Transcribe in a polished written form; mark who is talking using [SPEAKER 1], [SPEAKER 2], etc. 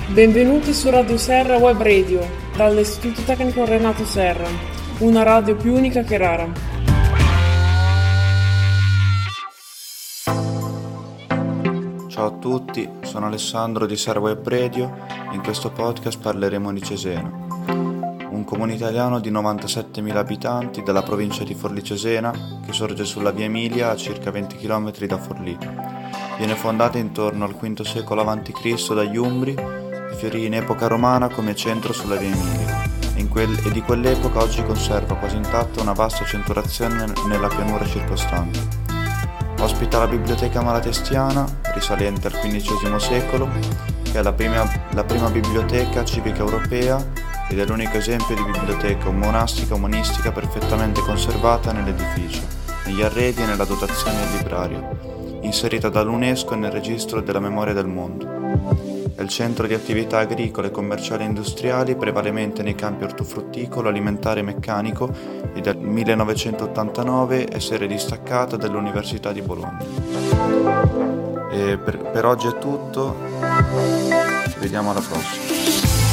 [SPEAKER 1] Benvenuti su Radio Serra Web Radio, dall'Istituto Tecnico Renato Serra, una radio più unica che rara.
[SPEAKER 2] Ciao a tutti, sono Alessandro di Serra Web Radio e in questo podcast parleremo di Cesena, un comune italiano di 97.000 abitanti della provincia di Forlì Cesena che sorge sulla via Emilia a circa 20 km da Forlì. Viene fondata intorno al V secolo a.C. dagli Umbri e fiorì in epoca romana come centro sulla via Emilia e di quell'epoca oggi conserva quasi intatta una vasta centurazione nella pianura circostante. Ospita la Biblioteca Malatestiana, risalente al XV secolo, che è la prima biblioteca civica europea ed è l'unico esempio di biblioteca monastica o monistica perfettamente conservata nell'edificio, negli arredi e nella dotazione del librario, inserita dall'UNESCO nel registro della memoria del mondo. È il centro di attività agricole, commerciali e industriali, prevalentemente nei campi ortofrutticolo, alimentare e meccanico, e dal 1989 è sede distaccata dell'Università di Bologna. E per oggi è tutto, ci vediamo alla prossima.